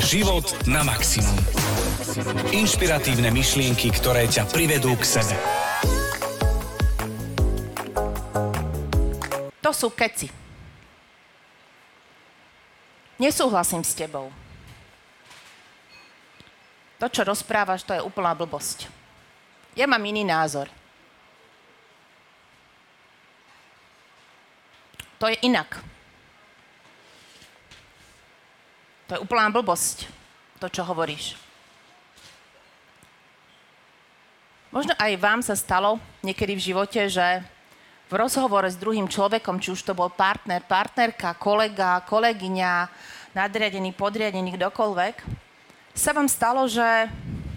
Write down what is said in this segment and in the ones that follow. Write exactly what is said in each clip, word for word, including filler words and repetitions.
Život na maximum. Inšpiratívne myšlienky, ktoré ťa privedú k sebe. To sú keci. Nesúhlasím s tebou. To, čo rozprávaš, to je úplná blbosť. Ja mám iný názor. To je inak. To je úplná blbosť, to, čo hovoríš. Možno aj vám sa stalo niekedy v živote, že v rozhovore s druhým človekom, či už to bol partner, partnerka, kolega, kolegyňa, nadriadený, podriadený, kdokoľvek, sa vám stalo, že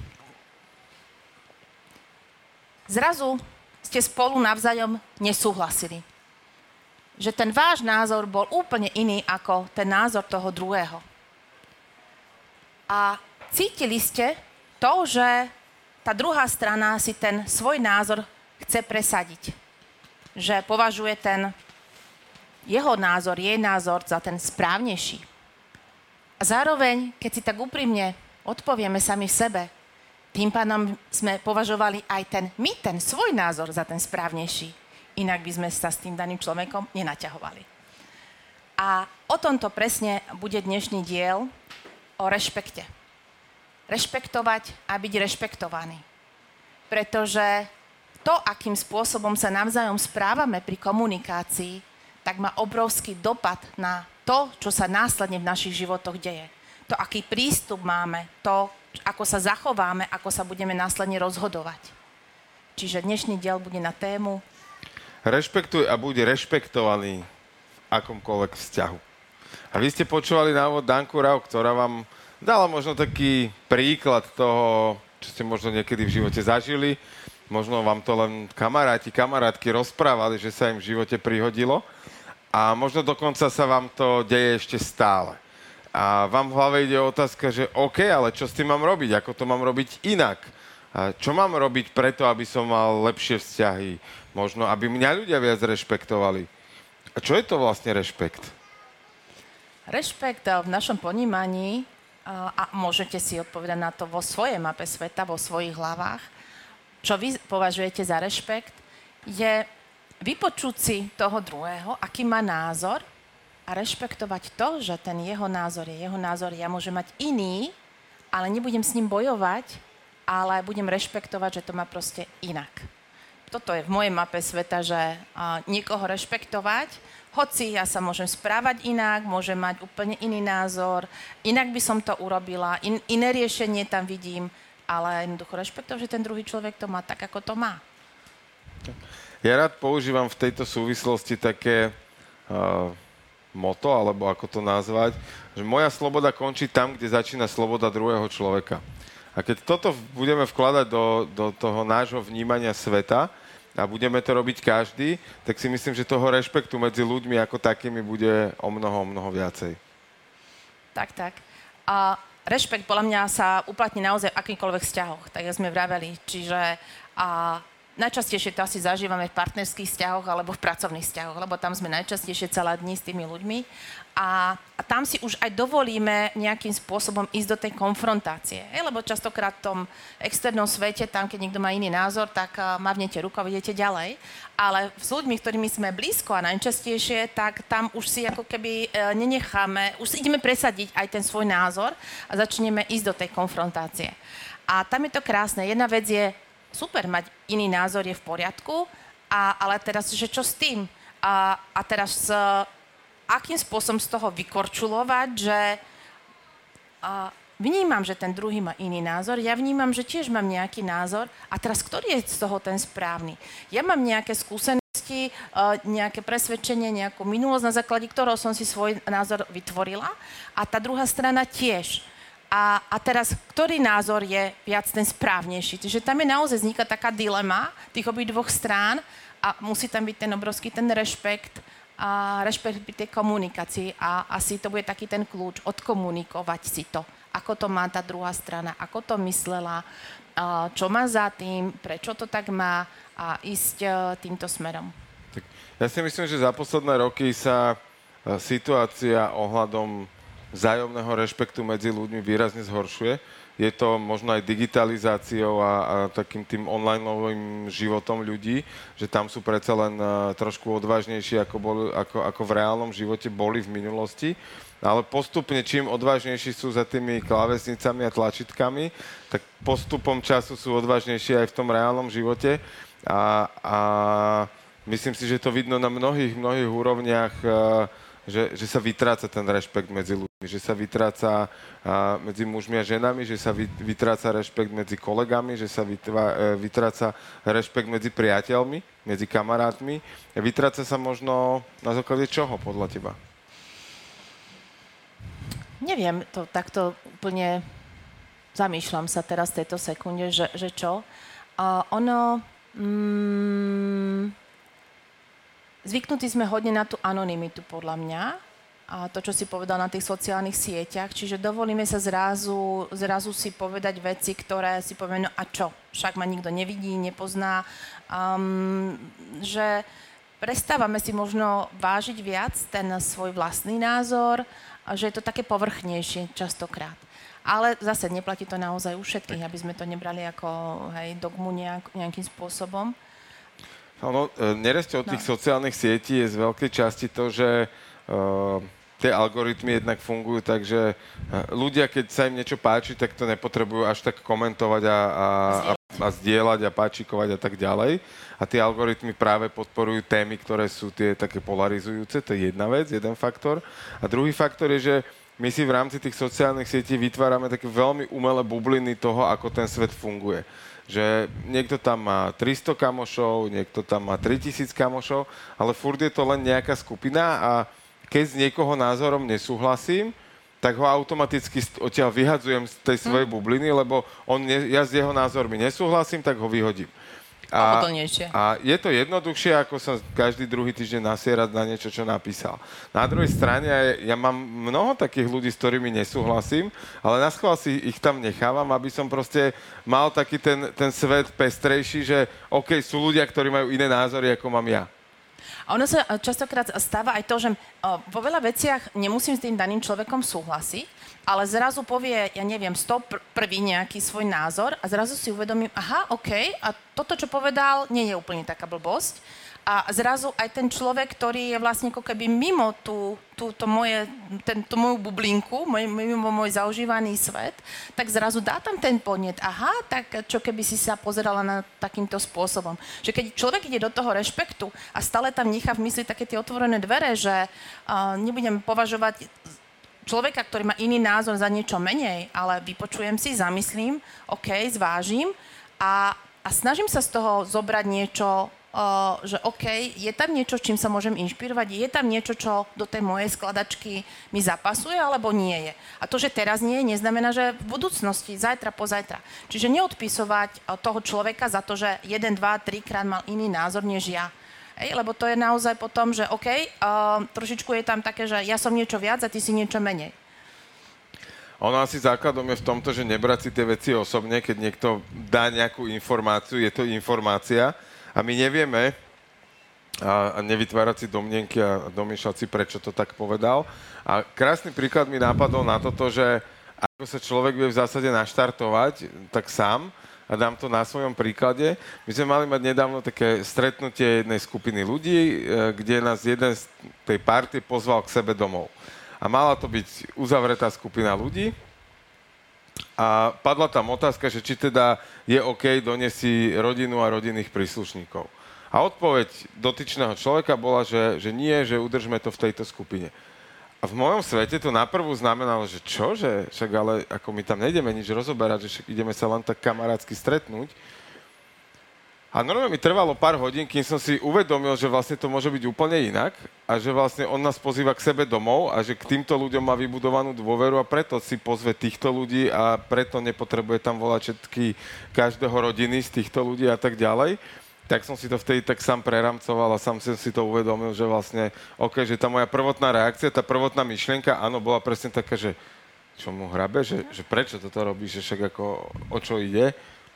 zrazu ste spolu navzájom nesúhlasili. Že ten váš názor bol úplne iný ako ten názor toho druhého. A cítili ste to, že tá druhá strana si ten svoj názor chce presadiť. Že považuje ten jeho názor, jej názor za ten správnejší. A zároveň, keď si tak úprimne odpovieme sami v sebe, tým pádom sme považovali aj ten, my ten svoj názor za ten správnejší. Inak by sme sa s tým daným človekom nenaťahovali. A o tomto presne bude dnešný diel o rešpekte. Rešpektovať a byť rešpektovaný. Pretože to, akým spôsobom sa navzájom správame pri komunikácii, tak má obrovský dopad na to, čo sa následne v našich životoch deje. To, aký prístup máme, to, ako sa zachováme, ako sa budeme následne rozhodovať. Čiže dnešný diel bude na tému Rešpektuj a buď rešpektovaný v akomkoľvek vzťahu. A vy ste počúvali na úvod Danku Rau, ktorá vám dala možno taký príklad toho, čo ste možno niekedy v živote zažili. Možno vám to len kamaráti, kamarátky rozprávali, že sa im v živote prihodilo. A možno dokonca sa vám to deje ešte stále. A vám v hlave ide otázka, že OK, ale čo s tým mám robiť? Ako to mám robiť inak? A čo mám robiť preto, aby som mal lepšie vzťahy? Možno, aby mňa ľudia viac rešpektovali. A čo je to vlastne rešpekt? Rešpekt v našom ponímaní, a môžete si odpovedať na to vo svojej mape sveta, vo svojich hlavách, čo vy považujete za rešpekt, je vypočuť si toho druhého, aký má názor a rešpektovať to, že ten jeho názor je jeho názor, ja môžem mať iný, ale nebudem s ním bojovať, ale budem rešpektovať, že to má proste inak. Toto je v mojej mape sveta, že uh, niekoho rešpektovať, hoci ja sa môžem správať inak, môžem mať úplne iný názor, inak by som to urobila, in, iné riešenie tam vidím, ale jednoducho rešpektovať, že ten druhý človek to má tak, ako to má. Ja rád používam v tejto súvislosti také uh, moto, alebo ako to nazvať, že moja sloboda končí tam, kde začína sloboda druhého človeka. A keď toto budeme vkladať do, do toho nášho vnímania sveta a budeme to robiť každý, tak si myslím, že toho rešpektu medzi ľuďmi ako takými bude o mnoho, o mnoho viacej. Tak, tak. A rešpekt podľa mňa sa uplatní naozaj v akýchkoľvek vzťahoch, tak jak sme vraveli. Čiže a najčastejšie to asi zažívame v partnerských vzťahoch alebo v pracovných vzťahoch, lebo tam sme najčastejšie celé dni s tými ľuďmi. A, a tam si už aj dovolíme nejakým spôsobom ísť do tej konfrontácie. Hej? Lebo častokrát v tom externom svete, tam keď niekto má iný názor, tak uh, mávnete ruku a idete ďalej. Ale s ľuďmi, ktorými sme blízko a najčastejšie, tak tam už si ako keby uh, nenecháme, už si ideme presadiť aj ten svoj názor a začneme ísť do tej konfrontácie. A tam je to krásne. Jedna vec je super, mať iný názor je v poriadku, a, ale teraz, že čo s tým? A, a teraz... Uh, akým spôsobom z toho vykorčulovať, že uh, vnímam, že ten druhý má iný názor, ja vnímam, že tiež mám nejaký názor a teraz ktorý je z toho ten správny? Ja mám nejaké skúsenosti, uh, nejaké presvedčenie, nejakú minulosť, na základe ktorého som si svoj názor vytvorila a tá druhá strana tiež. A, a teraz, ktorý názor je viac ten správnejší? Čiže tam je naozaj vzniká taká dilema tých obidvoch strán a musí tam byť ten obrovský ten rešpekt, a rešpekt pri tej komunikácii a asi to bude taký ten kľúč, odkomunikovať si to, ako to má tá druhá strana, ako to myslela, čo má za tým, prečo to tak má a ísť týmto smerom. Tak ja si myslím, že za posledné roky sa situácia ohľadom vzájomného rešpektu medzi ľuďmi výrazne zhoršuje. Je to možno aj digitalizáciou a, a takým tým onlineovým životom ľudí, že tam sú predsa len uh, trošku odvážnejší, ako, boli, ako, ako v reálnom živote boli v minulosti. Ale postupne, čím odvážnejší sú za tými klávesnicami a tlačítkami, tak postupom času sú odvážnejší aj v tom reálnom živote. A, a myslím si, že to vidno na mnohých, mnohých úrovniach, uh, Že, že sa vytráca ten rešpekt medzi ľuďmi, že sa vytráca a, medzi mužmi a ženami, že sa vy, vytráca rešpekt medzi kolegami, že sa vytvá, e, vytráca rešpekt medzi priateľmi, medzi kamarátmi. Vytráca sa možno na základe čoho, podľa teba? Neviem, to takto úplne zamýšľam sa teraz v tejto sekunde, že, že čo. A ono... Mm, Zvyknutí sme hodne na tú anonymitu, podľa mňa, a to, čo si povedal na tých sociálnych sieťach, čiže dovolíme sa zrazu, zrazu si povedať veci, ktoré si povieme, no a čo, však ma nikto nevidí, nepozná, um, že prestávame si možno vážiť viac ten svoj vlastný názor, a že je to také povrchnejšie častokrát. Ale zase neplatí to naozaj u všetkých, aby sme to nebrali ako hej, dogmu nejak, nejakým spôsobom. No, nerezte od tých no. sociálnych sietí je z veľkej časti to, že uh, tie algoritmy jednak fungujú tak, že uh, ľudia, keď sa im niečo páči, tak to nepotrebujú až tak komentovať a, a, a, a zdieľať a páčikovať a tak ďalej. A tie algoritmy práve podporujú témy, ktoré sú tie také polarizujúce, to je jedna vec, jeden faktor. A druhý faktor je, že my si v rámci tých sociálnych sietí vytvárame také veľmi umelé bubliny toho, ako ten svet funguje. Že niekto tam má tristo kamošov, niekto tam má tritisíc kamošov, ale furt je to len nejaká skupina a keď s niekoho názorom nesúhlasím, tak ho automaticky odtiaľ vyhadzujem z tej svojej bubliny, lebo on ne, ja s jeho názormi nesúhlasím, tak ho vyhodím. A, a je to jednoduchšie, ako sa každý druhý týždeň nasierať na niečo, čo napísal. Na druhej strane ja mám mnoho takých ľudí, s ktorými nesúhlasím, ale na schvál si ich tam nechávam, aby som proste mal taký ten, ten svet pestrejší, že OK, sú ľudia, ktorí majú iné názory, ako mám ja. A ono sa častokrát stáva aj to, že vo veľa veciach nemusím s tým daným človekom súhlasiť, ale zrazu povie, ja neviem, sto pr- prvý nejaký svoj názor a zrazu si uvedomím, aha, OK, a toto, čo povedal, nie je úplne taká blbosť. A zrazu aj ten človek, ktorý je vlastne ako keby mimo tú, tú, to moje, ten, tú moju bublinku, môj, mimo môj zaužívaný svet, tak zrazu dá tam ten podnet. Aha, tak čo keby si sa pozerala na takýmto spôsobom. Že keď človek ide do toho rešpektu a stále tam nechá v mysli také tie otvorené dvere, že uh, nebudem považovať človeka, ktorý má iný názor za niečo menej, ale vypočujem si, zamyslím, OK, zvážim a, a snažím sa z toho zobrať niečo, Uh, že OK, je tam niečo, čím sa môžem inšpirovať, je tam niečo, čo do tej mojej skladačky mi zapasuje, alebo nie je. A to, že teraz nie je, neznamená, že v budúcnosti, zajtra, pozajtra. Čiže neodpisovať uh, toho človeka za to, že jeden, dva, trikrát mal iný názor než ja. Ej, lebo to je naozaj potom, že OK, uh, trošičku je tam také, že ja som niečo viac a ty si niečo menej. Ono asi základom je v tomto, že nebrať si tie veci osobne, keď niekto dá nejakú informáciu, je to informácia, a my nevieme a, a nevytvárať si domnienky a domýšľať si, prečo to tak povedal. A krásny príklad mi napadol na toto, že ako sa človek vie v zásade naštartovať, tak sám, a dám to na svojom príklade. My sme mali mať nedávno také stretnutie jednej skupiny ľudí, kde nás jeden z tej party pozval k sebe domov. A mala to byť uzavretá skupina ľudí. A padla tam otázka, že či teda je OK doniesť si rodinu a rodinných príslušníkov. A odpoveď dotyčného človeka bola, že, že nie, že udržme to v tejto skupine. A v mojom svete to naprvu znamenalo, že čo, že však ale ako my tam nejdeme nič rozoberať, že však ideme sa len tak kamarátsky stretnúť. A normálne mi trvalo pár hodín, kým som si uvedomil, že vlastne to môže byť úplne inak a že vlastne on nás pozýva k sebe domov a že k týmto ľuďom má vybudovanú dôveru a preto si pozve týchto ľudí a preto nepotrebuje tam volať všetky, každého rodiny z týchto ľudí a tak ďalej. Tak som si to vtedy tak sám preramcoval a sám som si to uvedomil, že vlastne, OK, že tá moja prvotná reakcia, tá prvotná myšlienka, áno, bola presne taká, že čo mu hrabe, že, že prečo toto robíš, že však ako o čo ide.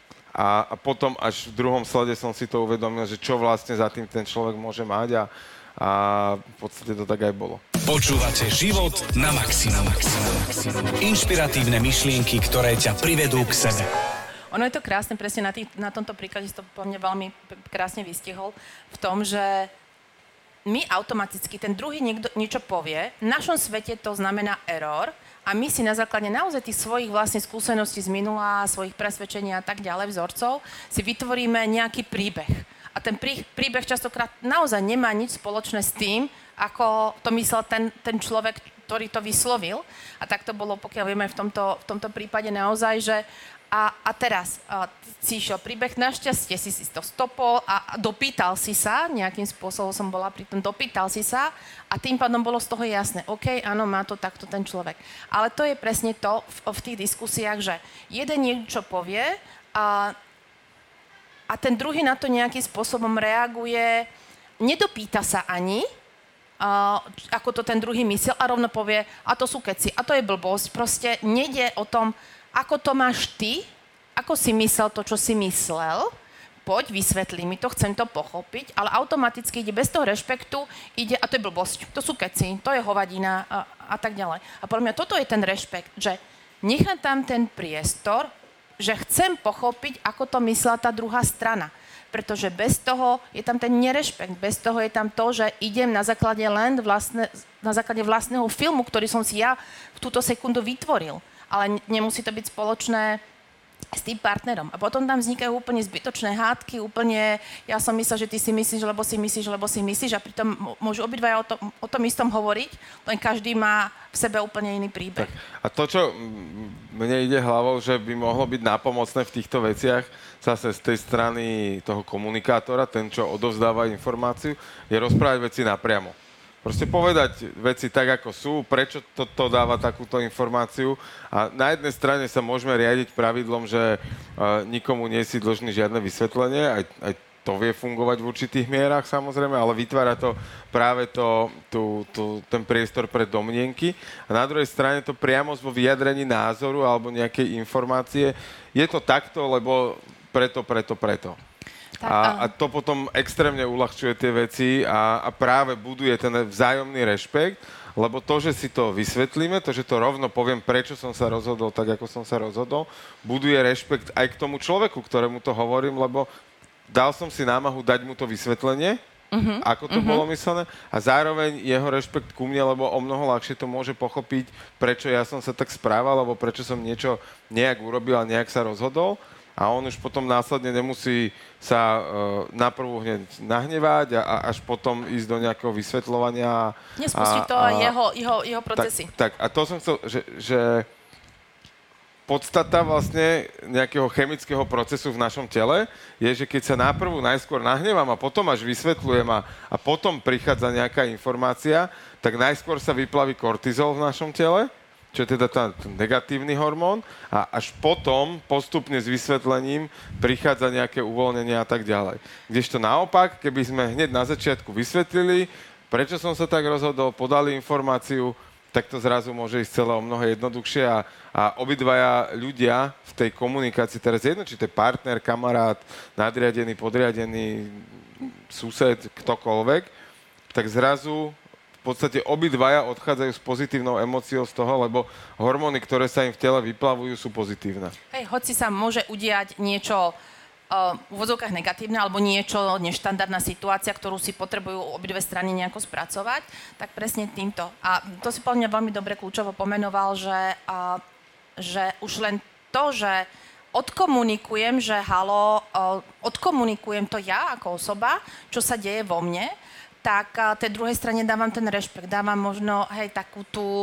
A, a potom až v druhom slede som si to uvedomil, že čo vlastne za tým ten človek môže mať a, a a v podstate to tak aj bolo. Počúvate Život na maximum. Inšpiratívne myšlienky, ktoré ťa privedú k sebe. Ono je to krásne, presne na, tý, na tomto príklade si to po mne veľmi krásne vystihol, v tom, že my automaticky, ten druhý niekto niečo povie, v našom svete to znamená error a my si na základe naozaj tých svojich vlastných skúseností z minula, svojich presvedčení a tak ďalej, vzorcov, si vytvoríme nejaký príbeh. A ten prí, príbeh častokrát naozaj nemá nič spoločné s tým, ako to myslel ten, ten človek, ktorý to vyslovil. A tak to bolo, pokiaľ vieme, v tomto, v tomto prípade naozaj, že A, a teraz a, si išiel príbeh, našťastie si si to stopol a, a dopýtal si sa, nejakým spôsobom som bola pri tom, dopýtal si sa a tým pádom bolo z toho jasné, OK, áno, má to takto ten človek. Ale to je presne to v, v tých diskusiách, že jeden niečo povie a, a ten druhý na to nejakým spôsobom reaguje, nedopýta sa ani, a, ako to ten druhý myslel a rovno povie, a to sú keci, a to je blbosť, proste nejde o tom, ako to máš ty, ako si myslel to, čo si myslel, poď, vysvetlí mi to, chcem to pochopiť, ale automaticky ide bez toho rešpektu, ide, a to je blbosť, to sú keci, to je hovadina a, a tak ďalej. A podľa mňa toto je ten rešpekt, že nechám tam ten priestor, že chcem pochopiť, ako to myslela tá druhá strana. Pretože bez toho je tam ten nerešpekt, bez toho je tam to, že idem na základe len vlastne, na základe vlastného filmu, ktorý som si ja v túto sekundu vytvoril. Ale nemusí to byť spoločné s tým partnerom. A potom tam vznikajú úplne zbytočné hádky, úplne, ja som myslela, že ty si myslíš, lebo si myslíš, lebo si myslíš a pritom môžu obidvaja o, to, o tom istom hovoriť, len každý má v sebe úplne iný príbeh. Tak. A to, čo mne ide hlavou, že by mohlo byť nápomocné v týchto veciach, zase z tej strany toho komunikátora, ten, čo odovzdáva informáciu, je rozprávať veci napriamo. Proste povedať veci tak, ako sú, prečo to, to dáva takúto informáciu. A na jednej strane sa môžeme riadiť pravidlom, že uh, nikomu nie si dlžný žiadne vysvetlenie, aj, aj to vie fungovať v určitých mierach samozrejme, ale vytvára to práve to, tú, tú, ten priestor pre domnienky. A na druhej strane to priamo vo vyjadrení názoru alebo nejakej informácie. Je to takto, lebo preto, preto, preto. A, a to potom extrémne uľahčuje tie veci a, a práve buduje ten vzájomný rešpekt, lebo to, že si to vysvetlíme, to, že to rovno poviem, prečo som sa rozhodol tak, ako som sa rozhodol, buduje rešpekt aj k tomu človeku, ktorému to hovorím, lebo dal som si námahu dať mu to vysvetlenie, uh-huh, ako to uh-huh. bolo myslené, a zároveň jeho rešpekt ku mne, lebo o mnoho ľahšie to môže pochopiť, prečo ja som sa tak správal, alebo prečo som niečo nejak urobil a nejak sa rozhodol. A on už potom následne nemusí sa uh, naprvu hneď nahnevať a, a až potom ísť do nejakého vysvetľovania. Nespustí to aj jeho, jeho, jeho procesy. Tak, tak, a to som chcel, že, že podstata vlastne nejakého chemického procesu v našom tele je, že keď sa naprvu najskôr nahnevám a potom až vysvetľujem a, a potom prichádza nejaká informácia, tak najskôr sa vyplaví kortizol v našom tele, čo je teda ten negatívny hormón, a až potom postupne s vysvetlením prichádza nejaké uvoľnenie a tak ďalej. Kdežto naopak, keby sme hneď na začiatku vysvetlili, prečo som sa tak rozhodol, podali informáciu, tak to zrazu môže ísť celé o mnoho jednoduchšie a, a obidvaja ľudia v tej komunikácii, teraz jedno, či to je partner, kamarát, nadriadený, podriadený, sused, ktokoľvek, tak zrazu v podstate obidvaja odchádzajú s pozitívnou emóciou z toho, lebo hormóny, ktoré sa im v tele vyplavujú, sú pozitívne. Hej, hoci sa môže udiať niečo uh, v úvodzovkách negatívne alebo niečo neštandardná situácia, ktorú si potrebujú obidve strany nejako spracovať, tak presne týmto. A to si podľa mňa veľmi dobre kľúčovo pomenoval, že, uh, že už len to, že odkomunikujem, že halo, uh, odkomunikujem to ja ako osoba, čo sa deje vo mne, tak uh, tej druhej strane dávam ten rešpekt, dávam možno, hej, takú tú,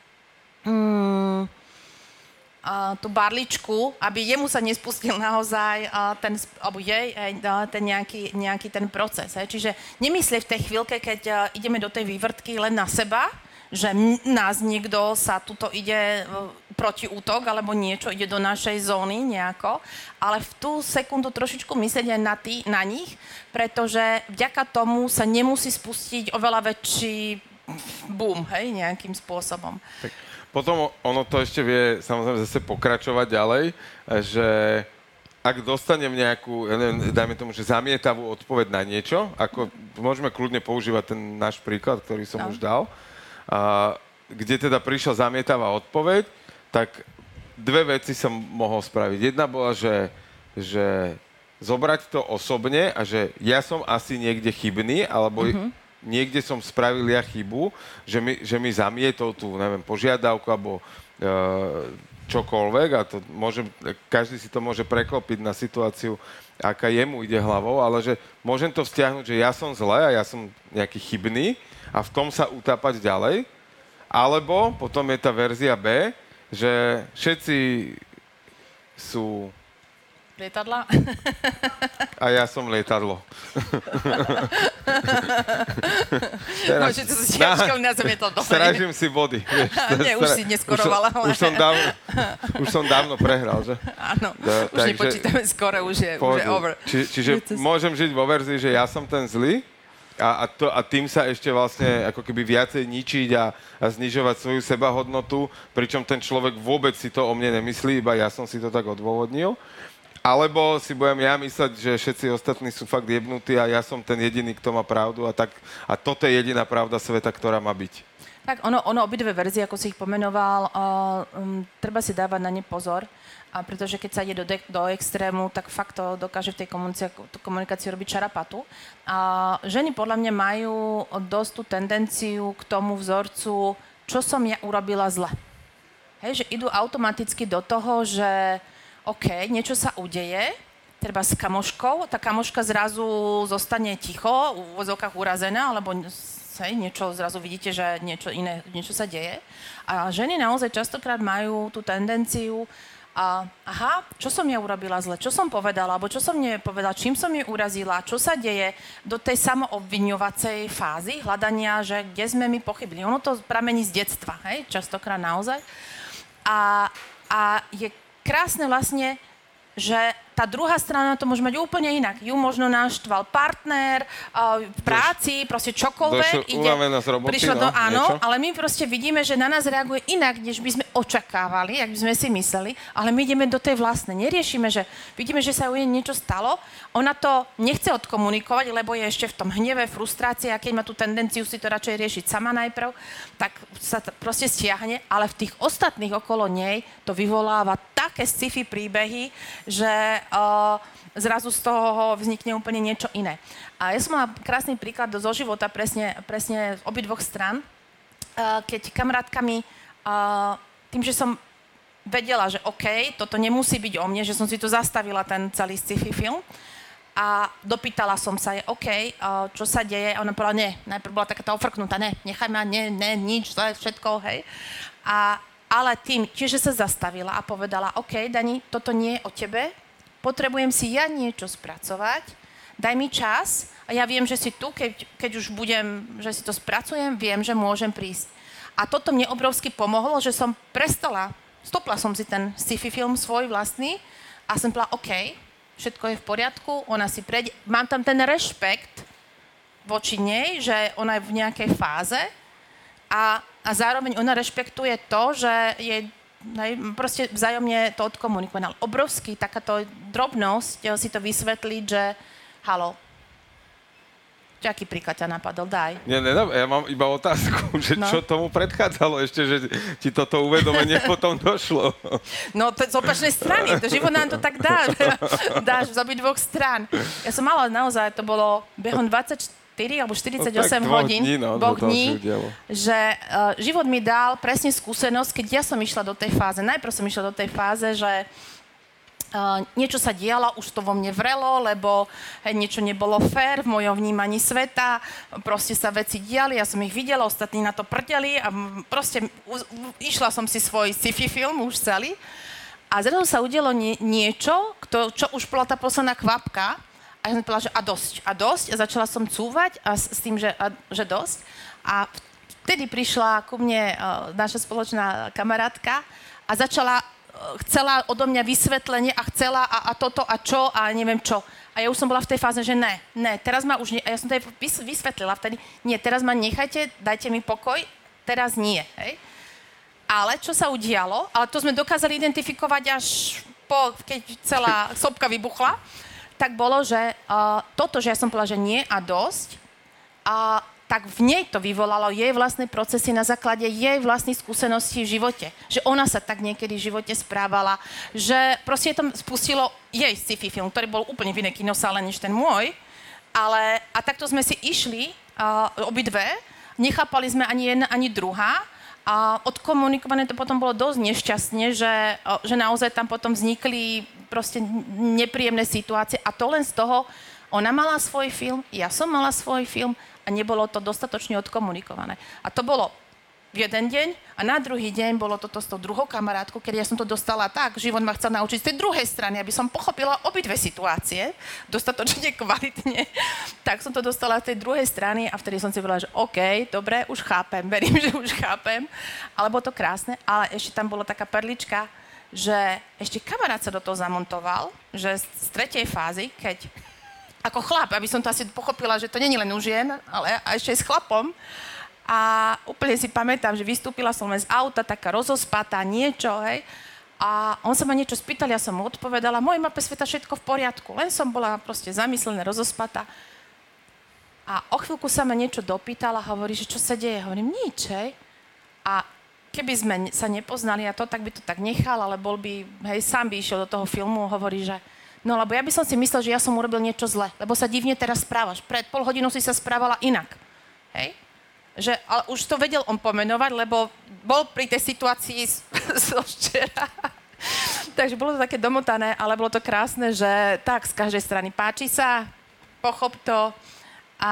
mm, uh, tú barličku, aby jemu sa nespustil naozaj uh, ten, alebo jej, hej, uh, ten nejaký, nejaký ten proces. Hej. Čiže nemyslieť v tej chvíľke, keď uh, ideme do tej vývrtky len na seba, že m- nás niekto sa tuto ide uh, proti útok, alebo niečo ide do našej zóny nejako, ale v tú sekundu trošičku myslieť aj na, tý, na nich, pretože vďaka tomu sa nemusí spustiť oveľa väčší boom, hej, nejakým spôsobom. Tak potom ono to ešte vie samozrejme zase pokračovať ďalej, že ak dostanem nejakú, ja neviem, dajme tomu, že zamietavú odpoveď na niečo, ako môžeme kľudne používať ten náš príklad, ktorý som no. už dal, a, kde teda prišla zamietavá odpoveď, tak dve veci som mohol spraviť. Jedna bola, že, že zobrať to osobne a že ja som asi niekde chybný, alebo mm-hmm. niekde som spravil ja chybu, že mi, že mi zamietol tú, neviem, požiadavku, alebo uh, čokoľvek a to môže, každý si to môže preklopiť na situáciu, aká jemu ide hlavou, ale že môžem to vzťahnuť, že ja som zle a ja som nejaký chybný a v tom sa utápať ďalej. Alebo potom je tá verzia B, že všetci sú... Lietadla? A ja som lietadlo. Teraz, Môžete sa s ťažkou na zem je to dobre. Strážim si body. Vieš, Nie, už si neskorovala. Už, už, som dávno, už som dávno prehral, že? Áno, da, už takže, nepočítame skore, už je, už je over. Či, čiže môžem žiť vo verzii, že ja som ten zlý a, a, to, a tým sa ešte vlastne ako keby viacej ničiť a, a znižovať svoju sebahodnotu, pričom ten človek vôbec si to o mne nemyslí, iba ja som si to tak odôvodnil. Alebo si budem ja mysleť, že všetci ostatní sú fakt jebnutí a ja som ten jediný, kto má pravdu a, tak, a toto je jediná pravda sveta, ktorá má byť. Tak ono, ono obidve verzie, ako si ich pomenoval, uh, um, treba si dávať na ne pozor, a pretože keď sa ide do, de- do extrému, tak fakt to dokáže v tej komunikácii, komunikácii robiť čarapatu. A ženy podľa mňa majú dosť tú tendenciu k tomu vzorcu, čo som ja urobila zle. Hej, že idú automaticky do toho, že OK, niečo sa udeje, treba s kamoškou, tá kamoška zrazu zostane ticho, v úvodzovkách urazená, alebo hej, niečo zrazu vidíte, že niečo iné, niečo sa deje. A ženy naozaj častokrát majú tú tendenciu, a, aha, čo som ja urobila zle, čo som povedala, alebo čo som nepovedala, čím som ju urazila, čo sa deje do tej samoobviňovacej fázy hľadania, že kde sme my pochybili. Ono to pramení z detstva, hej, častokrát naozaj. A, a je krásne vlastne, že tá druhá strana to môže mať úplne inak. Ju možno naštval partner, uh, v práci, proste čokoľvek. Došlo unavená z roboty, prišlo do, no, áno, niečo? ale my proste vidíme, že na nás reaguje inak, než by sme očakávali, ak by sme si mysleli, ale my ideme do tej vlastnej. Neriešime, že vidíme, že sa jej niečo stalo, ona to nechce odkomunikovať, lebo je ešte v tom hneve, frustrácii, a keď má tú tendenciu si to radšej riešiť sama najprv, tak sa to proste stiahne, ale v tých ostatných okolo nej to vyvoláva také sci-fi príbehy, že Uh, zrazu z toho vznikne úplne niečo iné. A ja som mala krásny príklad zo života presne, presne z obidvoch strán, uh, keď kamarátkami, uh, tým, že som vedela, že OK, toto nemusí byť o mne, že som si tu zastavila ten celý sci-fi film a dopýtala som sa jej, OK, uh, čo sa deje? A ona povedala, nie, najprv bola taká tá ofrknutá, ne, nechaj ma, ne, ne, nič, všetko, hej. A, ale tým, čiže sa zastavila a povedala, OK, Dani, toto nie je o tebe, potrebujem si ja niečo spracovať, daj mi čas a ja viem, že si tu, keď, keď už budem, že si to spracujem, viem, že môžem prísť. A toto mne obrovsky pomohlo, že som prestala, stopla som si ten sci-fi film svoj vlastný a som povedala, OK, všetko je v poriadku, ona si prejde, mám tam ten rešpekt voči nej, že ona je v nejakej fáze a, a zároveň ona rešpektuje to, že je proste vzájomne to odkomunikuje. Ale obrovský takáto drobnosť si to vysvetliť, že halo, aký príklad ťa napadol, daj. Nie, nie, ja mám iba otázku, že no. čo tomu predchádzalo ešte, že ti toto uvedomenie potom došlo. No to je z opačnej strany, to život nám to tak dá, dáš z obidvoch strán. Ja som mala naozaj, to bolo behom dvadsaťštyri alebo štyridsaťosem no, hodín, dní, no, dvoch dní, že uh, život mi dal presne skúsenosť, keď ja som išla do tej fáze. Najprv som išla do tej fáze, že uh, niečo sa dialo, už to vo mne vrelo, lebo hej, niečo nebolo fér v mojom vnímaní sveta, proste sa veci diali, ja som ich videla, ostatní na to prdeli a proste u, u, išla som si svoj sci-fi film už celý a zrazu sa udialo nie, niečo, kto, čo už bola tá posledná kvapka. A ja som povedala, že a dosť, a dosť. A začala som cúvať a s, s tým, že, a, že dosť. A vtedy prišla ku mne uh, naša spoločná kamarátka a začala, uh, chcela odo mňa vysvetlenie a chcela a, a toto a čo a neviem čo. A ja už som bola v tej fáze, že ne, ne, teraz ma už nie, a ja som to vysvetlila vtedy, nie, teraz ma nechajte, dajte mi pokoj, teraz nie, hej. Ale čo sa udialo, ale to sme dokázali identifikovať až po, keď celá sopka vybuchla, tak bolo, že uh, toto, že ja som povedala, že nie a dosť, a tak v nej to vyvolalo jej vlastné procesy na základe jej vlastných skúseností v živote. Že ona sa tak niekedy v živote správala, že proste to spustilo jej sci-fi film, ktorý bol úplne v inej kinosále než ten môj, ale a takto sme si išli uh, obidve, nechápali sme ani jedna, ani druhá a odkomunikované to potom bolo dosť nešťastne, že, uh, že naozaj tam potom vznikli proste nepríjemné situácie a to len z toho, ona mala svoj film, ja som mala svoj film, a nebolo to dostatočne odkomunikované. A to bolo v jeden deň a na druhý deň bolo toto s tou druhou kamarátkou, keď ja som to dostala tak, život ma chcel naučiť z tej druhej strany, aby som pochopila obidve situácie dostatočne kvalitne. Tak som to dostala z tej druhej strany a vtedy som si povedala, že OK, dobre, už chápem, verím, že už chápem. Ale bolo to krásne, ale ešte tam bola taká perlička, že ešte kamarát sa do toho zamontoval, že z tretej fázy, keď ako chlap, aby som to asi pochopila, že to nie je len u žien, ale a ešte aj s chlapom. A úplne si pamätám, že vystúpila som len z auta, taká rozospatá, niečo, hej. A on sa ma niečo spýtal, ja som mu odpovedala, mojej mape sveta všetko v poriadku, len som bola proste zamyslená, rozospatá. A o chvíľku sa ma niečo dopýtala, hovorí, že čo sa deje, hovorím, nič, hej. A keby sme sa nepoznali a to, tak by to tak nechal, ale bol by, hej, sám by išiel do toho filmu, hovorí, že no, lebo ja by som si myslel, že ja som urobil niečo zle, lebo sa divne teraz správaš. Pred pol hodinou si sa správala inak. Hej? Že, ale už to vedel on pomenovať, lebo bol pri tej situácii zo včera. Takže bolo to také domotané, ale bolo to krásne, že tak, z každej strany páči sa, pochop to a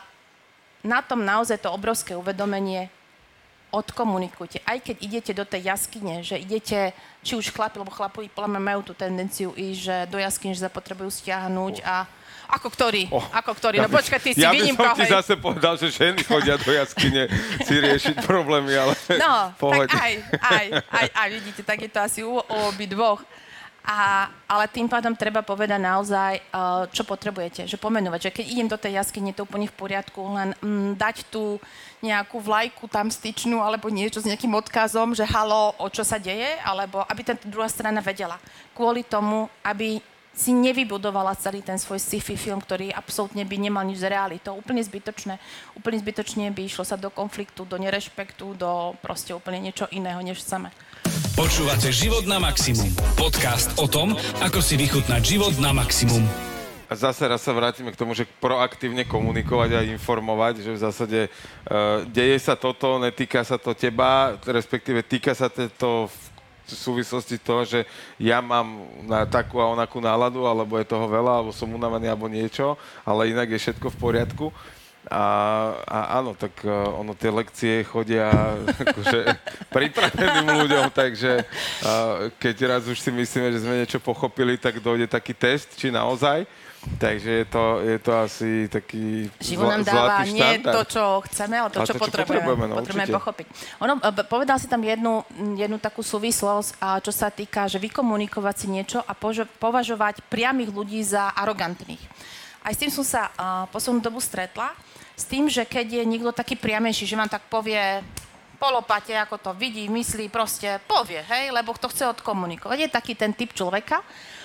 na tom naozaj to obrovské uvedomenie odkomunikujte. Aj keď idete do tej jaskyne, že idete, či už chlapi, lebo chlapi podľa mňa majú tú tendenciu ísť, že do jaskyne, že sa potrebujú stiahnuť a ako ktorý, oh. ako ktorý, no počkaj, ty si ja výnimka. Ja by som ti zase povedal, že ženy chodia do jaskyne si riešiť problémy, ale no, pohode. tak aj, aj, aj, aj, vidíte, tak je to asi u, u obi dvoch. A, ale tým pádom treba povedať naozaj, uh, čo potrebujete, že pomenovať, že keď idem do tej jaskyne, je to úplne v poriadku, len mm, dať tú nejakú vlajku tam styčnú, alebo niečo s nejakým odkazom, že halo, o čo sa deje, alebo aby tá druhá strana vedela. Kvôli tomu, aby si nevybudovala celý ten svoj sci-fi film, ktorý absolútne by nemal nič z realitou. Úplne zbytočné. Úplne zbytočne by išlo sa do konfliktu, do nerešpektu, do proste úplne niečo iného, než chceme. Počúvate Život na maximum. Podcast o tom, ako si vychutnať život na maximum. A zase raz sa vrátime k tomu, že proaktívne komunikovať a informovať, že v zásade uh, deje sa toto, netýka sa to teba, respektíve týka sa to v súvislosti toho, že ja mám na takú a onakú náladu, alebo je toho veľa, alebo som unavený, alebo niečo, ale inak je všetko v poriadku. A, a áno, tak uh, ono tie lekcie chodia akože pripraveným ľuďom, takže uh, keď raz už si myslíme, že sme niečo pochopili, tak dojde taký test, či naozaj. Takže je to, je to asi taký Život nám dáva nie to, čo chceme, ale to, ale čo, to, čo potrebujeme. potrebujeme, no, potrebujeme pochopiť. Ono, povedal si tam jednu, jednu takú súvislosť, čo sa týka, že vykomunikovať si niečo a považovať priamých ľudí za arogantných. Aj s tým som sa uh, poslednú dobu stretla, s tým, že keď je niekto taký priamejší, že vám tak povie polopate, ako to vidí, myslí, proste povie, hej, lebo to chce odkomunikovať. Je taký ten typ človeka.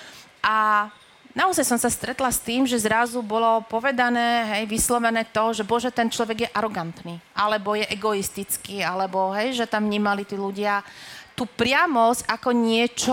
A naozaj som sa stretla s tým, že zrazu bolo povedané, hej, vyslovené to, že bože, ten človek je arogantný, alebo je egoistický, alebo hej, že tam vnímali tí ľudia tú priamosť ako niečo,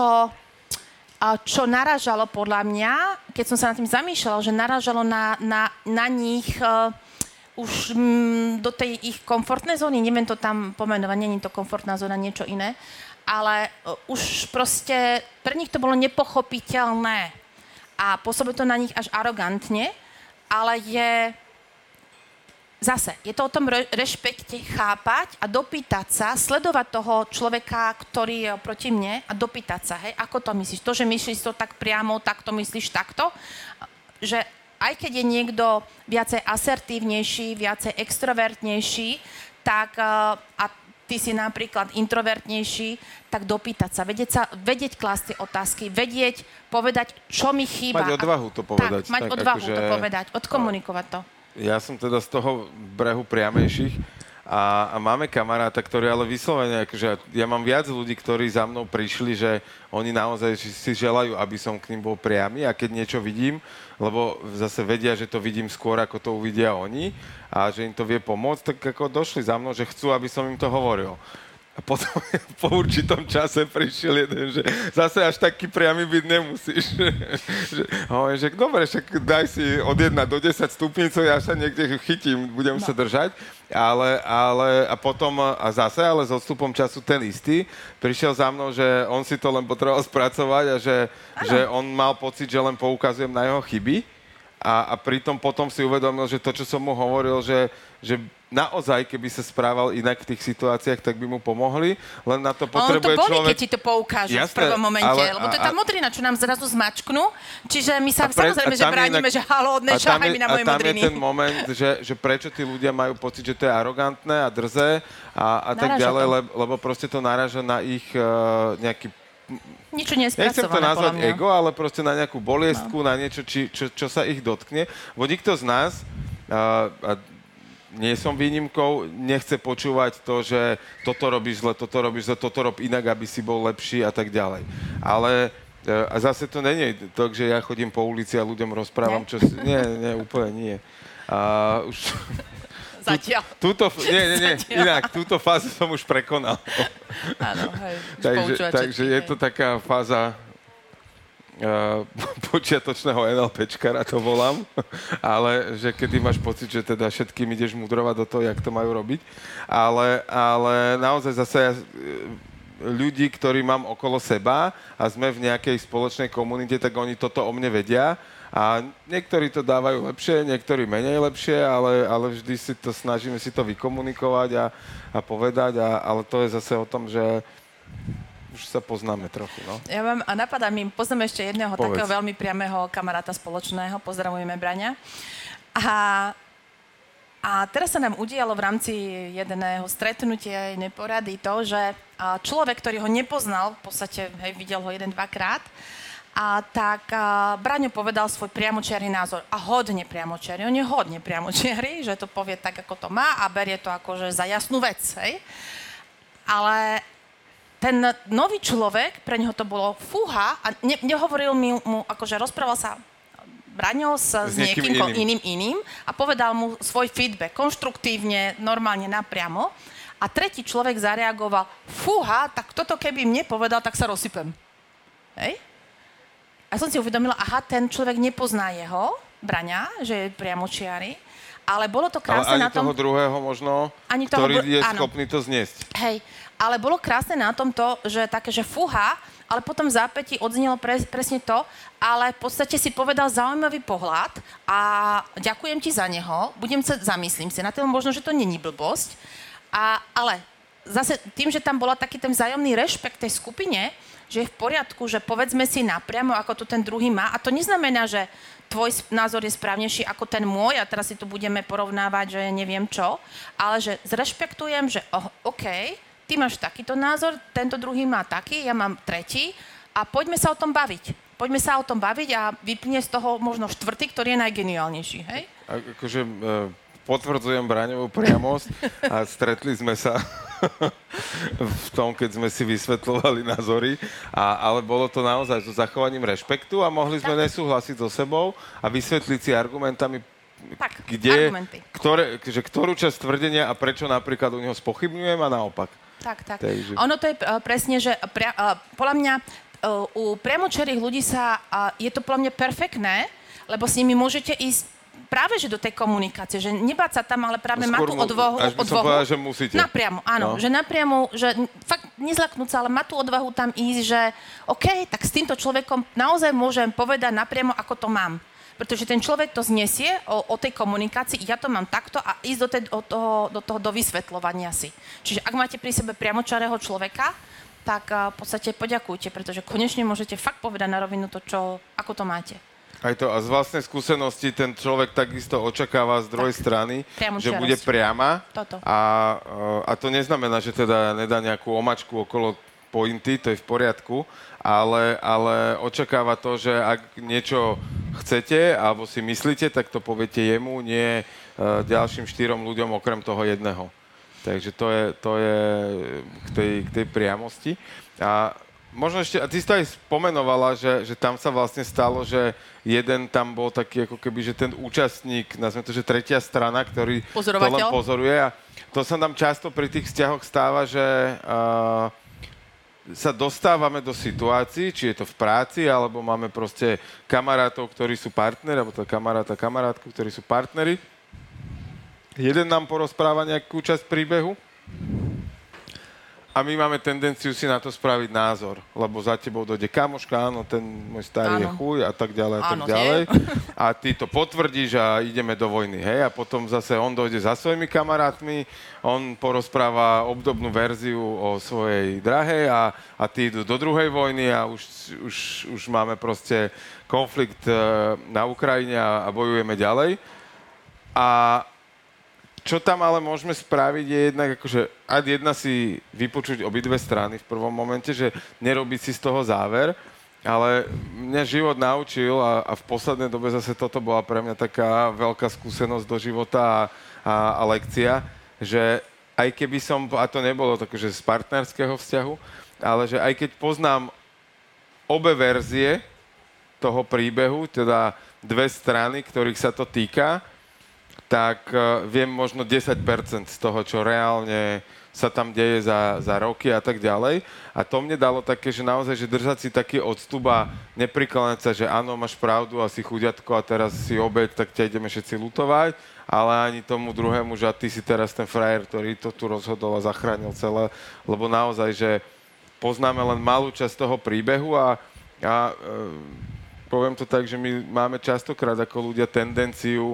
čo naražalo podľa mňa, keď som sa nad tým zamýšľala, že naražalo na, na, na nich uh, už mm, do tej ich komfortnej zóny, neviem to tam pomenovať, nie je to komfortná zóna, niečo iné, ale uh, už proste pre nich to bolo nepochopiteľné a pôsobí to na nich až arogantne, ale je zase, je to o tom re- rešpekte chápať a dopýtať sa, sledovať toho človeka, ktorý je proti mne a dopýtať sa, hej, ako to myslíš? To, že myslíš to tak priamo, tak to myslíš takto? Že aj keď je niekto viacej asertívnejší, viacej extrovertnejší, tak a ty si napríklad introvertnejší, tak dopýtať sa, vedieť sa, vedieť klásť tie otázky, vedieť povedať, čo mi chýba. Mať odvahu to povedať. Tak, mať tak, odvahu akože... to povedať, odkomunikovať to. Ja som teda z toho brehu priamejších A, a máme kamaráta, ktorý ale vyslovene, akože ja mám viac ľudí, ktorí za mnou prišli, že oni naozaj si želajú, aby som k ním bol priamy a keď niečo vidím, lebo zase vedia, že to vidím skôr, ako to uvidia oni a že im to vie pomôcť, tak ako došli za mnou, že chcú, aby som im to hovoril. A potom po určitom čase prišiel jeden, že zase až taký priamy byť nemusíš. že, hovorím, že dobre, však daj si od jedna do desať stupnicov, ja sa niekde chytím, budem no. sa držať. Ale, ale, a potom, a zase, ale s odstupom času ten istý, prišiel za mnou, že on si to len potreboval spracovať a že, že on mal pocit, že len poukazujem na jeho chyby. A, a pritom potom si uvedomil, že to, čo som mu hovoril, že, že naozaj, keby sa správal inak v tých situáciách, tak by mu pomohli, len na to potrebuje človek... On to boli, keď ti to poukážu Jasné, v prvom momente, ale, lebo to je tá a, modrina, čo nám zrazu zmačknú, čiže my sa pre, samozrejme, že bránime, inak, že halo, odnešahaj mi na moje modriny. A tam je ten moment, že, že prečo tí ľudia majú pocit, že to je arogantné a drzé a, a tak ďalej, lebo, lebo proste to naráža na ich uh, nejaký niečo nespracované, nechcem to nazvať ego, ale proste na nejakú boliestku, no. na niečo, či, čo, čo sa ich dotkne. Bo nikto z nás, a, a nie som výnimkou, nechce počúvať to, že toto robíš zle, toto robíš zle, toto rob inak, aby si bol lepší a tak ďalej. Ale a zase to nie je to, že ja chodím po ulici a ľuďom rozprávam, čo si... Nie, nie, úplne nie. A už... Zatiaľ. Túto, nie, nie, nie, inak, túto fázu som už prekonal. Áno, hej. takže takže je to taká fáza uh, počiatočného NLPčkara, to volám, ale že kedy máš pocit, že teda všetkým ideš mudrovať do toho, jak to majú robiť. Ale, ale naozaj zase ja, ľudí, ktorí mám okolo seba a sme v nejakej spoločnej komunite, tak oni toto o mne vedia. A niektorí to dávajú lepšie, niektorí menej lepšie, ale, ale vždy si to snažíme si to vykomunikovať a, a povedať, a, ale to je zase o tom, že už sa poznáme trochu, no. Ja vám, a napadá mi, poznám ešte jedného Povedz. takého veľmi priamého kamaráta spoločného, pozdravujeme Braňa. A, a teraz sa nám udialo v rámci jedného stretnutia, jednej porady to, že človek, ktorý ho nepoznal, v podstate hej, videl ho jeden, dvakrát, a tak a, Braňo povedal svoj priamočiary názor. A hodne priamočiary. On je hodne priamočiary, že to povie tak, ako to má a berie to akože za jasnú vec. Hej? Ale ten nový človek, pre neho to bolo fúha a ne, nehovoril mi mu, akože rozprával sa Braňo s, s, s niekým iným. iným iným a povedal mu svoj feedback konštruktívne, normálne napriamo. A tretí človek zareagoval, fúha, tak toto keby mne povedal, tak sa rozsypem. Hej? A som si uvedomila, aha, ten človek nepozná jeho, Braňa, že je priamočiary, ale bolo to krásne na tom... Ale ani toho druhého možno, ani toho, ktorý je áno. schopný to zniesť. Hej, ale bolo krásne na tom to, že také, že fúha, ale potom v zápätí odznelo pre, presne to, ale v podstate si povedal zaujímavý pohľad a ďakujem ti za neho, budem sa, zamyslím si na to, možno, že to není blbosť, a, ale zase tým, že tam bola taký ten vzájomný rešpekt tej skupine, že je v poriadku, že povedzme si napriamo, ako to ten druhý má. A to neznamená, že tvoj názor je správnejší ako ten môj a teraz si tu budeme porovnávať, že neviem čo, ale že zrešpektujem, že oh, OK, ty máš takýto názor, tento druhý má taký, ja mám tretí a poďme sa o tom baviť. Poďme sa o tom baviť a vypne z toho možno štvrtý, ktorý je najgeniálnejší, hej? A, akože e, potvrdzujem Braňovú priamosť a stretli sme sa v tom, keď sme si vysvetľovali názory, a, ale bolo to naozaj so zachovaním rešpektu a mohli sme tak nesúhlasiť so sebou a vysvetliť si argumentami, tak, kde, argumenty. Ktoré, že ktorú časť tvrdenia a prečo napríklad u neho spochybňujem a naopak. Tak, tak. Takže... Ono to je uh, presne, že pria, uh, podľa mňa uh, u priamočerých ľudí sa, uh, je to podľa mňa perfektné, lebo s nimi môžete ísť práve, že do tej komunikácie, že nebáť sa tam, ale práve má tú odvahu, až by som odvahu povedal, že musíte. Napriamo, áno, no. Že napriamo, že fakt nezlaknúť sa, ale má tú odvahu tam ísť, že OK, tak s týmto človekom naozaj môžem povedať napriamo, ako to mám. Pretože ten človek to znesie o, o tej komunikácii, ja to mám takto a ísť do, tej, do, toho, do toho do vysvetľovania si. Čiže ak máte pri sebe priamočarého človeka, tak uh, v podstate poďakujte, pretože konečne môžete fakt povedať na rovinu to, čo, ako to máte. Aj to, a z vlastnej skúsenosti ten človek takisto očakáva z druhej tak, strany, že bude priama. Toto. A, a to neznamená, že teda nedá nejakú omačku okolo pointy, to je v poriadku, ale, ale očakáva to, že ak niečo chcete alebo si myslíte, tak to poviete jemu, nie uh, ďalším štyrom ľuďom okrem toho jedného. Takže to je, to je k tej, k tej priamosti. A možno ešte, a ty si to aj spomenovala, že, že tam sa vlastne stalo, že jeden tam bol taký ako keby, že ten účastník, nazvime to, že tretia strana, ktorý to len pozoruje. A to sa nám často pri tých vzťahoch stáva, že uh, sa dostávame do situácií, či je to v práci, alebo máme proste kamarátov, ktorí sú partneri, alebo to kamaráta, kamarátku, ktorí sú partneri. Jeden nám porozpráva nejakú časť príbehu a my máme tendenciu si na to spraviť názor, lebo za tebou dojde kamoška, áno, ten môj starý áno. je chuj a tak ďalej a tak áno, ďalej. A ty to potvrdíš a ideme do vojny, hej? A potom zase on dojde za svojimi kamarátmi, on porozpráva obdobnú verziu o svojej drahej a, a ty idú do druhej vojny a už, už, už máme proste konflikt na Ukrajine a, a bojujeme ďalej. A čo tam ale môžeme spraviť je jednak akože ad jedna si vypočuť obidve strany v prvom momente, že nerobiť si z toho záver, ale mňa život naučil a, a v poslednej dobe zase toto bola pre mňa taká veľká skúsenosť do života a, a, a lekcia, že aj keby som, a to nebolo takže z partnerského vzťahu, ale že aj keď poznám obe verzie toho príbehu, teda dve strany, ktorých sa to týka, tak uh, viem možno desať percent z toho, čo reálne sa tam deje za, za roky a tak ďalej. A to mne dalo také, že naozaj, že držať si taký odstup a neprikláňať sa, že áno, máš pravdu a si chuďatko a teraz si obeď, tak ťa ideme všetci lutovať, ale ani tomu druhému, že a ty si teraz ten frajer, ktorý to tu rozhodol a zachránil celé, lebo naozaj, že poznáme len malú časť toho príbehu a, a e, poviem to tak, že my máme častokrát ako ľudia tendenciu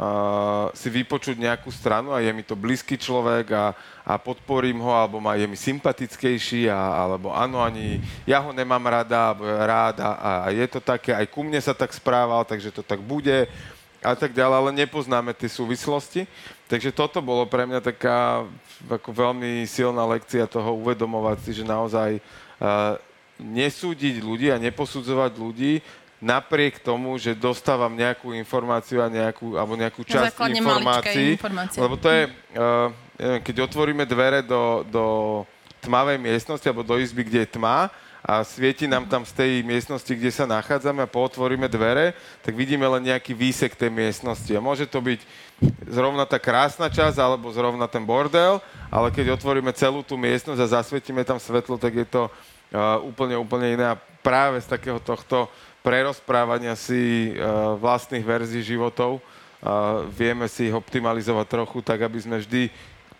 Uh, si vypočuť nejakú stranu a je mi to blízky človek a, a podporím ho, alebo ma, je mi sympatickejší, a, alebo áno, ani ja ho nemám rada, rád a, a je to také, aj ku mne sa tak správal, takže to tak bude a tak ďalej, ale nepoznáme tie súvislosti. Takže toto bolo pre mňa taká ako veľmi silná lekcia toho uvedomovať si, že naozaj uh, nesúdiť ľudí a neposudzovať ľudí, napriek tomu, že dostávam nejakú informáciu a nejakú, alebo nejakú časť informácií, lebo to je, uh, neviem, keď otvoríme dvere do, do tmavej miestnosti alebo do izby, kde je tma a svieti nám tam z tej miestnosti, kde sa nachádzame a pootvoríme dvere, tak vidíme len nejaký výsek tej miestnosti. A môže to byť zrovna tá krásna časť alebo zrovna ten bordel, ale keď otvoríme celú tú miestnosť a zasvietime tam svetlo, tak je to uh, úplne, úplne iné. A práve z takého tohto prerozprávania si uh, vlastných verzií životov. Uh, vieme si ich optimalizovať trochu tak, aby sme vždy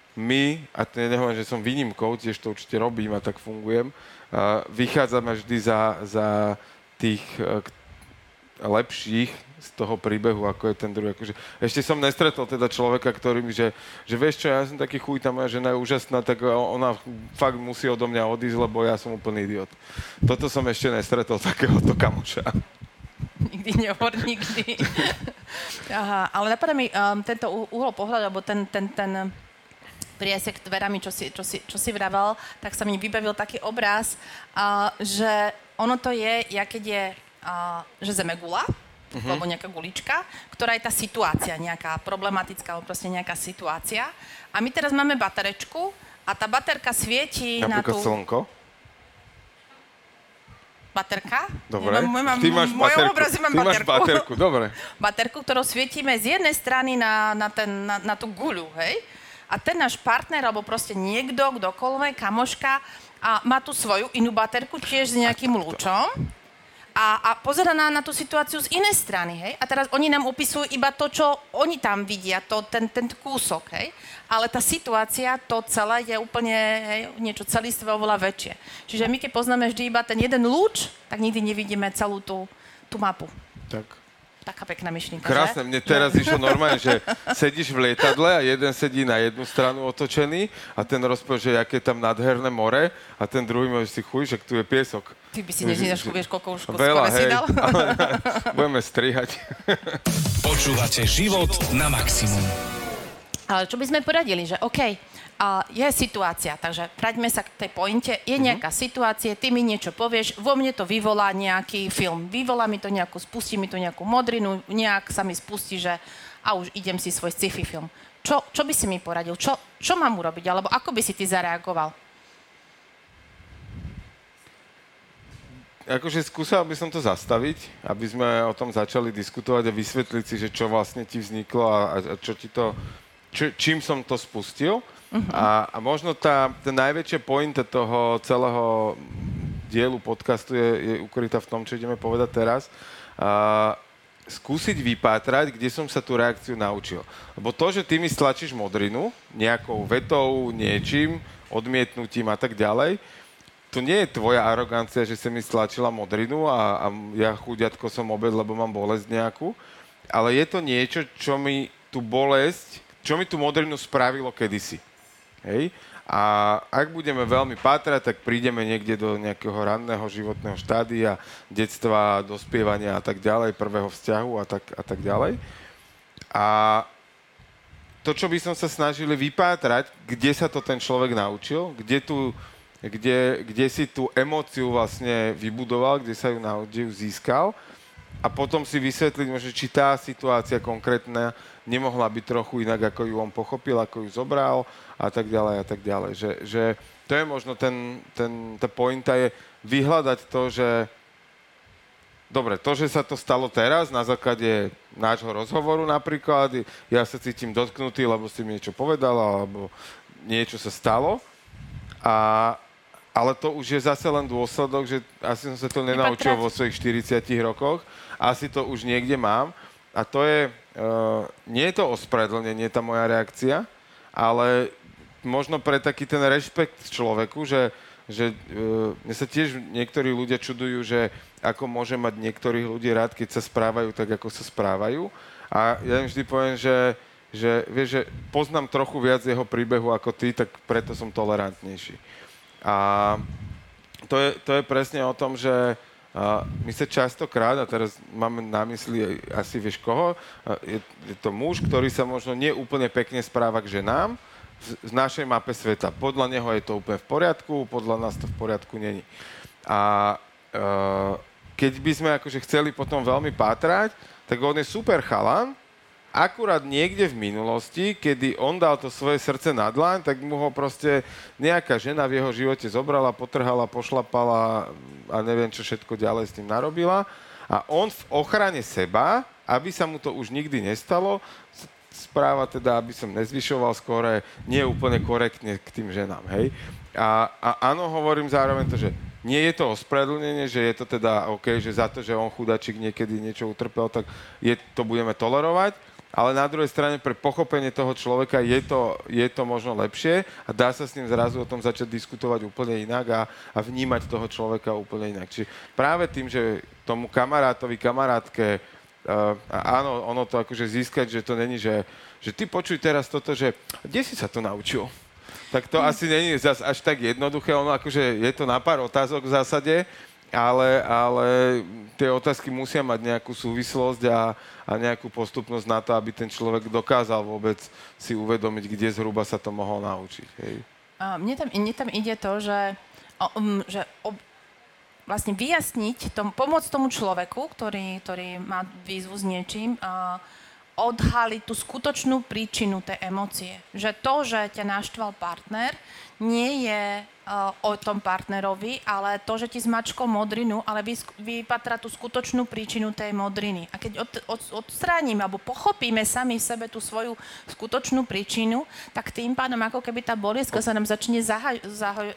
my, a to nehovorím, že som výnimkou, tiež to určite robím a tak fungujem, uh, vychádzame vždy za, za tých uh, lepších z toho príbehu, ako je ten druhý. Akože, ešte som nestretol teda človeka, ktorý mi, že, že vieš čo, ja som taký chuj, tá moja žena je úžasná, tak ona fakt musí odo mňa odísť, lebo ja som úplný idiot. Toto som ešte nestretol, takéhoto kamoša. Nikdy nehovor, nikdy. Aha, ale napadá mi um, tento uhol pohľadu, alebo ten, ten, ten priesek dverami, čo si, čo, si, čo si vravel, tak sa mi vybavil taký obraz, uh, že ono to je, ja keď je, uh, že zemegula, Uh-huh. alebo nejaká gulička, ktorá je tá situácia nejaká problematická, alebo proste nejaká situácia. A my teraz máme baterečku a tá baterka svieti na tú... Napríklad slnko? Baterka? Dobre. Mám, mám, Ty máš baterku. Obraze mám Ty baterku. máš baterku, dobre. Baterku, ktorou svietime z jednej strany na, na, ten, na, na tú guľu, hej? A ten náš partner, alebo proste niekto, kdokoľvek, kamoška, a má tu svoju inú baterku, tiež s nejakým lúčom. A, a pozera na, na tú situáciu z inej strany, hej? A teraz oni nám opisujú iba to, čo oni tam vidia, to, ten, ten kúsok, hej? Ale tá situácia, to celé je úplne, hej, niečo celistvé, oveľa väčšie. Čiže my, keď poznáme vždy iba ten jeden lúč, tak nikdy nevidíme celú tú, tú mapu. Tak. Taká pekná myšlienka, krásne, že? Mne teraz išlo normálne, že sedíš v lietadle a jeden sedí na jednu stranu otočený a ten rozpráva, že aké je tam nádherné more a ten druhý môže si chuj, že tu je piesok. Ty by si nežíš, vieš, koľko už veľa, skoro si dal? Ale budeme strihať. Počúvate Život na maximum. Ale čo by sme poradili, že OK, a je situácia, takže vraťme sa k tej pointe, je nejaká mm-hmm. situácia, ty mi niečo povieš, vo mne to vyvolá nejaký film, vyvolá mi to nejakú, spustí mi to nejakú modrinu, nejak sa mi spustí, že a už idem si svoj sci-fi film. Čo, čo by si mi poradil? Čo, čo mám urobiť? Alebo ako by si ty zareagoval? Akože skúsal by som to zastaviť, aby sme o tom začali diskutovať a vysvetliť si, že čo vlastne ti vzniklo a, a čo ti to, čo, čím som to spustil. Uh-huh. A, a možno tá, tá najväčšia pointa toho celého dielu podcastu je, je ukrytá v tom, čo ideme povedať teraz. A, skúsiť vypátrať, kde som sa tú reakciu naučil. Lebo to, že ty mi stlačíš modrinu nejakou vetou, niečím, odmietnutím a tak ďalej, to nie je tvoja arogancia, že si mi stlačila modrinu a, a ja chudiatko som obed, lebo mám bolesť nejakú, ale je to niečo, čo mi tú bolesť, čo mi tú modrinu spravilo kedysi. Hej? A ak budeme veľmi pátrať, tak prídeme niekde do nejakého ranného životného štádia, detstva, dospievania a tak ďalej, prvého vzťahu a tak, a tak ďalej. A to, čo by som sa snažili vypátrať, kde sa to ten človek naučil, kde, tu, kde, kde si tú emóciu vlastne vybudoval, kde sa ju, kde ju získal a potom si vysvetliť, možno, či tá situácia konkrétna nemohla byť trochu inak, ako ju on pochopil, ako ju zobral a tak ďalej a tak ďalej. Že, že to je možno ten, ten, tá pointa je vyhľadať to, že dobre, to, že sa to stalo teraz na základe nášho rozhovoru napríklad, ja sa cítim dotknutý, lebo si mi niečo povedal, alebo niečo sa stalo, a, ale to už je zase len dôsledok, že asi som sa to nenaučil vo svojich štyridsiatich rokoch, asi to už niekde mám a to je, uh, nie je to ospravedlnenie, tá moja reakcia, ale možno pre taký ten rešpekt človeku, že, že uh, mne sa tiež niektorí ľudia čudujú, že ako môže mať niektorých ľudí rád, keď sa správajú tak, ako sa správajú. A ja im vždy poviem, že, že, vieš, že poznám trochu viac jeho príbehu ako ty, tak preto som tolerantnejší. A to je, to je presne o tom, že uh, my sa častokrát, a teraz máme na mysli asi vieš koho, uh, je, je to muž, ktorý sa možno nie úplne pekne správa k ženám, v našej mape sveta. Podľa neho je to úplne v poriadku, podľa nás to v poriadku není. A uh, keď by sme akože chceli potom veľmi pátrať, tak on je super chalan, akurát niekde v minulosti, kedy on dal to svoje srdce na dlaň, tak mu ho proste nejaká žena v jeho živote zobrala, potrhala, pošlapala a neviem, čo všetko ďalej s tým narobila. A on v ochrane seba, aby sa mu to už nikdy nestalo, správa teda, aby som nezvyšoval skóre, nie úplne korektne k tým ženám, hej. A, a áno, hovorím zároveň to, že nie je to ospravedlnenie, že je to teda OK, že za to, že on chudačík niekedy niečo utrpel, tak je, to budeme tolerovať, ale na druhej strane pre pochopenie toho človeka je to, je to možno lepšie a dá sa s ním zrazu o tom začať diskutovať úplne inak a, a vnímať toho človeka úplne inak. Čiže práve tým, že tomu kamarátovi, kamarátke, Uh, áno, ono to akože získať, že to není, že, že ty počuj teraz toto, že kde si sa to naučil? Tak to mm. asi není zas až tak jednoduché, ono akože je to na pár otázok v zásade, ale, ale tie otázky musia mať nejakú súvislosť a, a nejakú postupnosť na to, aby ten človek dokázal vôbec si uvedomiť, kde zhruba sa to mohol naučiť. Hej. Uh, mne, tam, mne tam ide to, že, um, že ob, vlastne vyjasniť, tom, pomôcť tomu človeku, ktorý, ktorý má výzvu s niečím, a odhaliť tú skutočnú príčinu tej emócie. Že to, že ťa naštval partner, nie je uh, o tom partnerovi, ale to, že ti zmačkol modrinu, ale vy, vypatra tú skutočnú príčinu tej modriny. A keď od, od, odstránime, alebo pochopíme sami v sebe tú svoju skutočnú príčinu, tak tým pádom, ako keby tá bolieska sa nám začne zahaj, zahoj,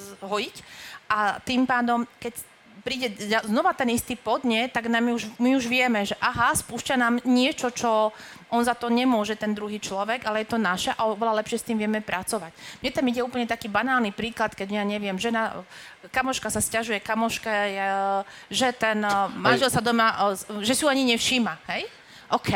zhojiť. A tým pádom, keď príde znova ten istý podnet, tak my už, my už vieme, že aha, spúšťa nám niečo, čo on za to nemôže, ten druhý človek, ale je to naše a oveľa lepšie s tým vieme pracovať. Mne tam ide úplne taký banálny príklad, keď ja neviem, žena, kamoška sa sťažuje kamoške, že ten manžel sa doma, že si ju ani nevšíma, hej? OK.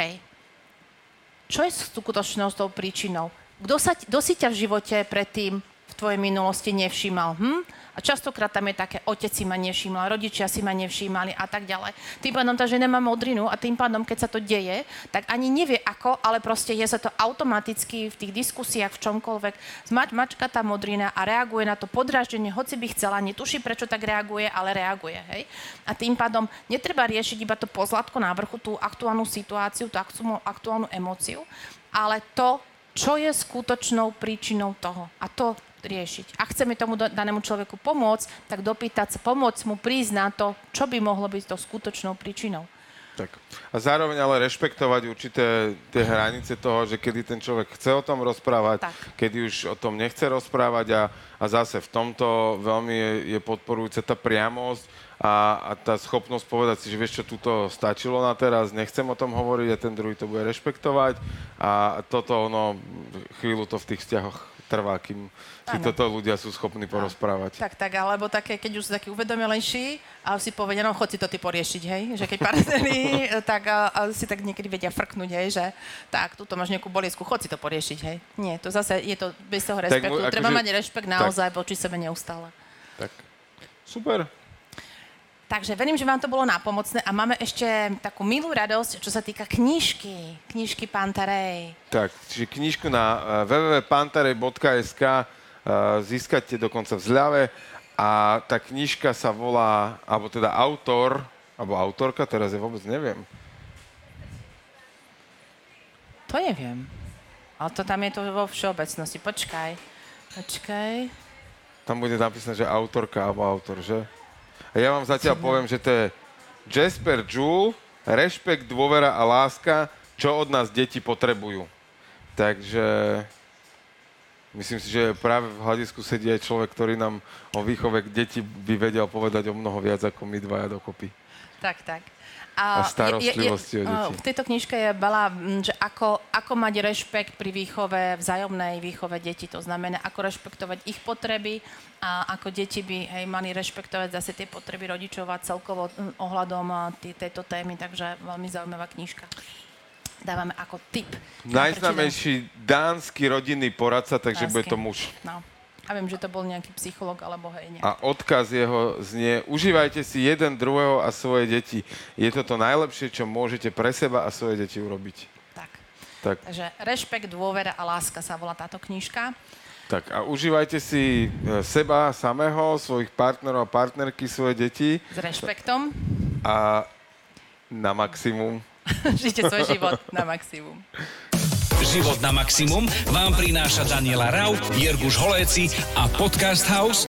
Čo je skutočnou s tou príčinou? Kto, sa, kto si ťa v živote predtým v tvojej minulosti nevšímal? Hm? A častokrát tam je také, otec si ma nevšímal, rodičia si ma nevšímali a tak ďalej. Tým pádom tá žena má modrinu a tým pádom, keď sa to deje, tak ani nevie ako, ale proste je sa to automaticky v tých diskusiách, v čomkoľvek. Zmač, mačka tá modrina a reaguje na to podráždenie, hoci by chcela, netuší, prečo tak reaguje, ale reaguje. Hej? A tým pádom netreba riešiť iba to pozlátko na vrchu, tú aktuálnu situáciu, tú aktuálnu emóciu, ale to, čo je skutočnou príčinou toho. A to riešiť. Ak chceme tomu danému človeku pomôcť, tak dopýtať sa, pomôcť mu prísť na to, čo by mohlo byť to skutočnou príčinou. Tak. A zároveň ale rešpektovať určité tie hranice toho, že kedy ten človek chce o tom rozprávať, tak. kedy už o tom nechce rozprávať a, a zase v tomto veľmi je, je podporujúca tá priamosť a, a tá schopnosť povedať si, že vieš čo, tuto stačilo na teraz, nechcem o tom hovoriť a ten druhý to bude rešpektovať a toto ono, chvíľu to v tých vzťahoch trvá, kým si toto ľudia sú schopní porozprávať. Tak, tak, alebo také, keď už sú takí uvedomelejší a si povedia, no chod si to ty poriešiť, hej, že keď partneri, tak a, a si tak niekedy vedia frknúť, hej, že tak, tuto máš nejakú boliesku, chod si to poriešiť, hej. Nie, to zase je to bez toho rešpektu. Tak, treba že... mať rešpekt naozaj voči sebe neustále. Tak, super. Takže verím, že vám to bolo nápomocné a máme ešte takú milú radosť, čo sa týka knižky. Knižky Pantarej. Tak, čiže knižku na w w w bodka pantarej bodka es ka získate dokonca v zľave a tá knižka sa volá, alebo teda autor, alebo autorka, teraz ja vôbec neviem. To neviem. Ale to tam je to vo všeobecnosti. Počkaj. Počkaj. Tam bude napísané, že autorka alebo autor, že? A ja vám zatiaľ poviem, že to je Jasper Juhl, Rešpekt, dôvera a láska, čo od nás deti potrebujú. Takže myslím si, že práve v hľadisku sedí aj človek, ktorý nám o výchove deti by vedel povedať o mnoho viac ako my dvaja dokopy. Tak, tak. A, a starostlivosti je, je, je, o deti. V tejto knižke je veľa, že ako, ako mať rešpekt pri výchove, vzájomnej výchove detí. To znamená, ako rešpektovať ich potreby a ako deti by hej, mali rešpektovať zase tie potreby rodičov a celkovo ohľadom tý, tejto témy. Takže veľmi zaujímavá knižka. Dávame ako tip. Najznámejší dánsky rodinný poradca, takže dánsky. Bude to muž. No. A viem, že to bol nejaký psychológ, alebo hej, nejaký. A odkaz jeho znie, užívajte si jeden druhého a svoje deti. Je to to najlepšie, čo môžete pre seba a svoje deti urobiť. Tak. tak. Takže Rešpekt, dôvera a láska sa volá táto knižka. Tak a užívajte si seba samého, svojich partnerov a partnerky, svoje deti. S rešpektom. A na maximum. Žite svoj život na maximum. Život na maximum vám prináša Daniela Rau, Jirguš Holéci a Podcast House